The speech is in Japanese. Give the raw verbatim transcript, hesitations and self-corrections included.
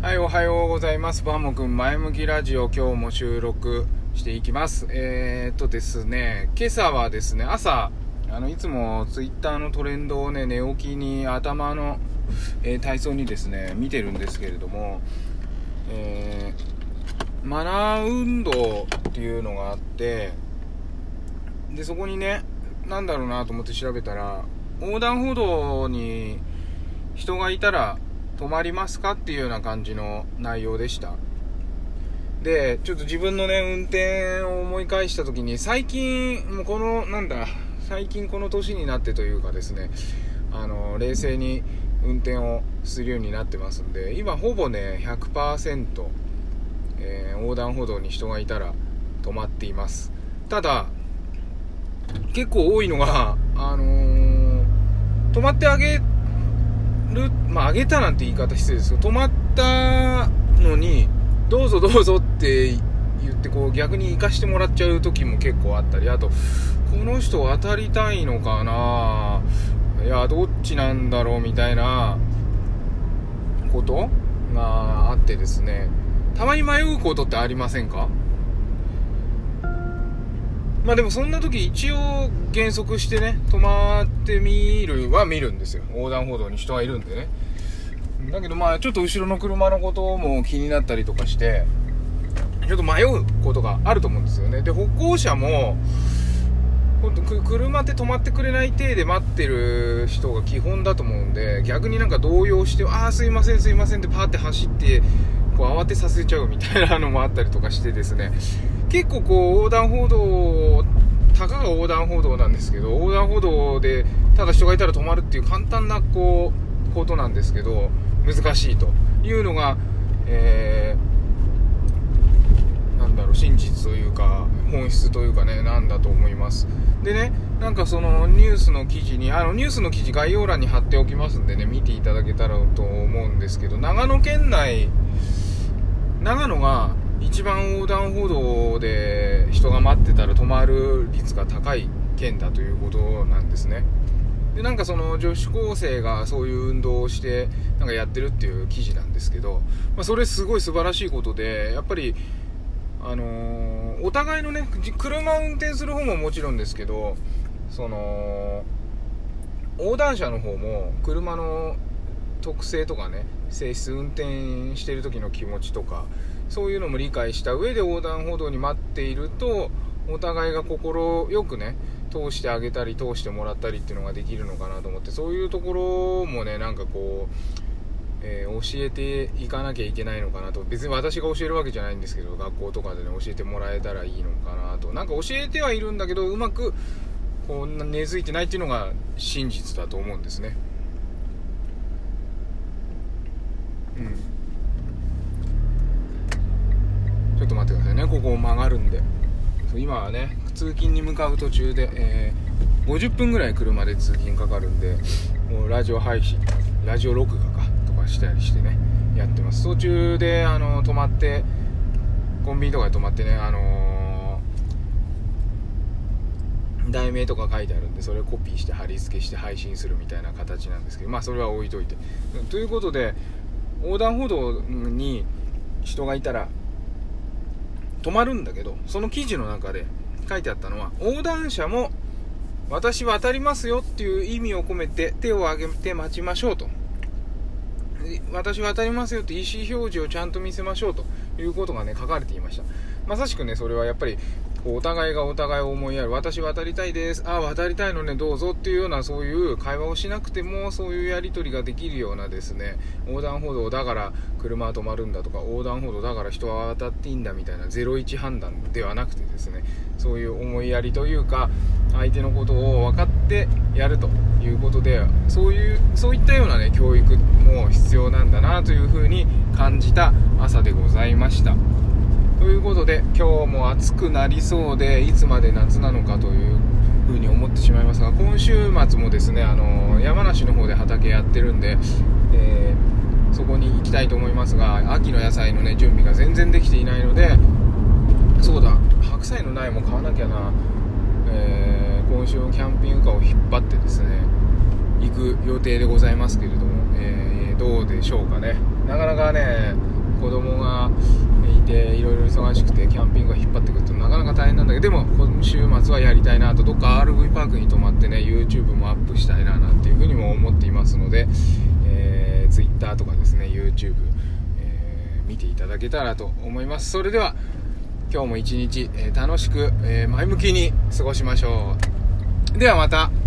はい、おはようございます。バモくん前向きラジオ、今日も収録していきます。えーっとですね、今朝はですね、朝、あのいつもツイッターのトレンドをね、寝起きに頭の、えー、体操にですね、見てるんですけれども、えー、マナー運動っていうのがあって、で、そこにね、なんだろうなと思って調べたら、横断歩道に人がいたら止まりますかっていうような感じの内容でした。で、ちょっと自分のね、運転を思い返した時に、最近、もうこの、なんだ、最近この年になってというかですね、あの、冷静に運転をするようになってますんで、今ほぼね、ひゃくパーセント、えー、横断歩道に人がいたら止まっています。ただ、結構多いのが、あのー、止まってあげる、まあ、あげたなんて言い方失礼ですけど、止まったのにどうぞどうぞって言ってこう逆に行かしてもらっちゃう時も結構あったり、あとこの人渡りたいのかな、いやどっちなんだろうみたいなことがあってですね、たまに迷うことってありませんか？まあでもそんな時一応減速してね、止まってみるは見るんですよ。横断歩道に人がいるんでね。だけどまあちょっと後ろの車のことも気になったりとかして、ちょっと迷うことがあると思うんですよね。で、歩行者も本当車って止まってくれない体で待ってる人が基本だと思うんで、逆になんか動揺して、ああすいませんすいませんってパーって走ってこう慌てさせちゃうみたいなのもあったりとかしてですね、結構こう横断歩道、たかが横断歩道なんですけど、横断歩道でただ人がいたら止まるっていう簡単なこうことなんですけど、難しいというのが、えー、なんだろう、真実というか本質というかね、なんだと思います。でね、なんかそのニュースの記事に、あのニュースの記事概要欄に貼っておきますんでね、見ていただけたらと思うんですけど、長野県内、長野が一番横断歩道で人が待ってたら止まる率が高い県だということなんですね。で、なんかその女子高生がそういう運動をしてなんかやってるっていう記事なんですけど、まあ、それすごい素晴らしいことで、やっぱりあのー、お互いのね、車を運転する方ももちろんですけど、その横断者の方も車の特性とかね、性質、運転している時の気持ちとか、そういうのも理解した上で横断歩道に待っていると、お互いが心よくね、通してあげたり通してもらったりっていうのができるのかなと思って、そういうところもね、なんかこう、えー、教えていかなきゃいけないのかなと。別に私が教えるわけじゃないんですけど、学校とかでね教えてもらえたらいいのかなと。なんか教えてはいるんだけど、うまくこう根付いてないっていうのが真実だと思うんですね。うん。ちょっと待ってくださいね、ここ曲がるんで。今はね、通勤に向かう途中で、えー、ごじゅっぷんぐらい車で通勤かかるんで、もうラジオ配信、ラジオ録画かとかしたりしてね、やってます。途中であの止まって、コンビニとかで止まってね、あのー、題名とか書いてあるんで、それをコピーして貼り付けして配信するみたいな形なんですけど、まあそれは置いといて。ということで、横断歩道に人がいたら止まるんだけど、その記事の中で書いてあったのは、横断者も私渡りますよっていう意味を込めて手を挙げて待ちましょうと、私渡りますよって意思表示をちゃんと見せましょうということがね書かれていました。まさしくね、それはやっぱりお互いがお互いを思いやる、私渡りたいです、ああ渡りたいのねどうぞっていうような、そういう会話をしなくてもそういうやり取りができるようなですね、横断歩道だから車は止まるんだとか、横断歩道だから人は渡っていいんだみたいなゼロイチ判断ではなくてですね、そういう思いやりというか、相手のことを分かってやるということで、そういうそういったようなね教育も必要なんだなというふうに感じた朝でございました。ということで、今日も暑くなりそうで、いつまで夏なのかというふうに思ってしまいますが、今週末もですね、あの山梨の方で畑やってるんで、えー、そこに行きたいと思いますが、秋の野菜のね準備が全然できていないので、そうだ、白菜の苗も買わなきゃな、えー、今週キャンピングカーを引っ張ってですね行く予定でございますけれども、 えー、どうでしょうかね。なかなかね子供がいていろいろ忙しくてキャンピングが引っ張ってくるとなかなか大変なんだけど、でも今週末はやりたいなと、どっか アールブイ パークに泊まってね YouTube もアップしたいななんていうふうにも思っていますので、えー、Twitter とかですね YouTube、えー、見ていただけたらと思います。それでは今日も一日、えー、楽しく、えー、前向きに過ごしましょう。ではまた。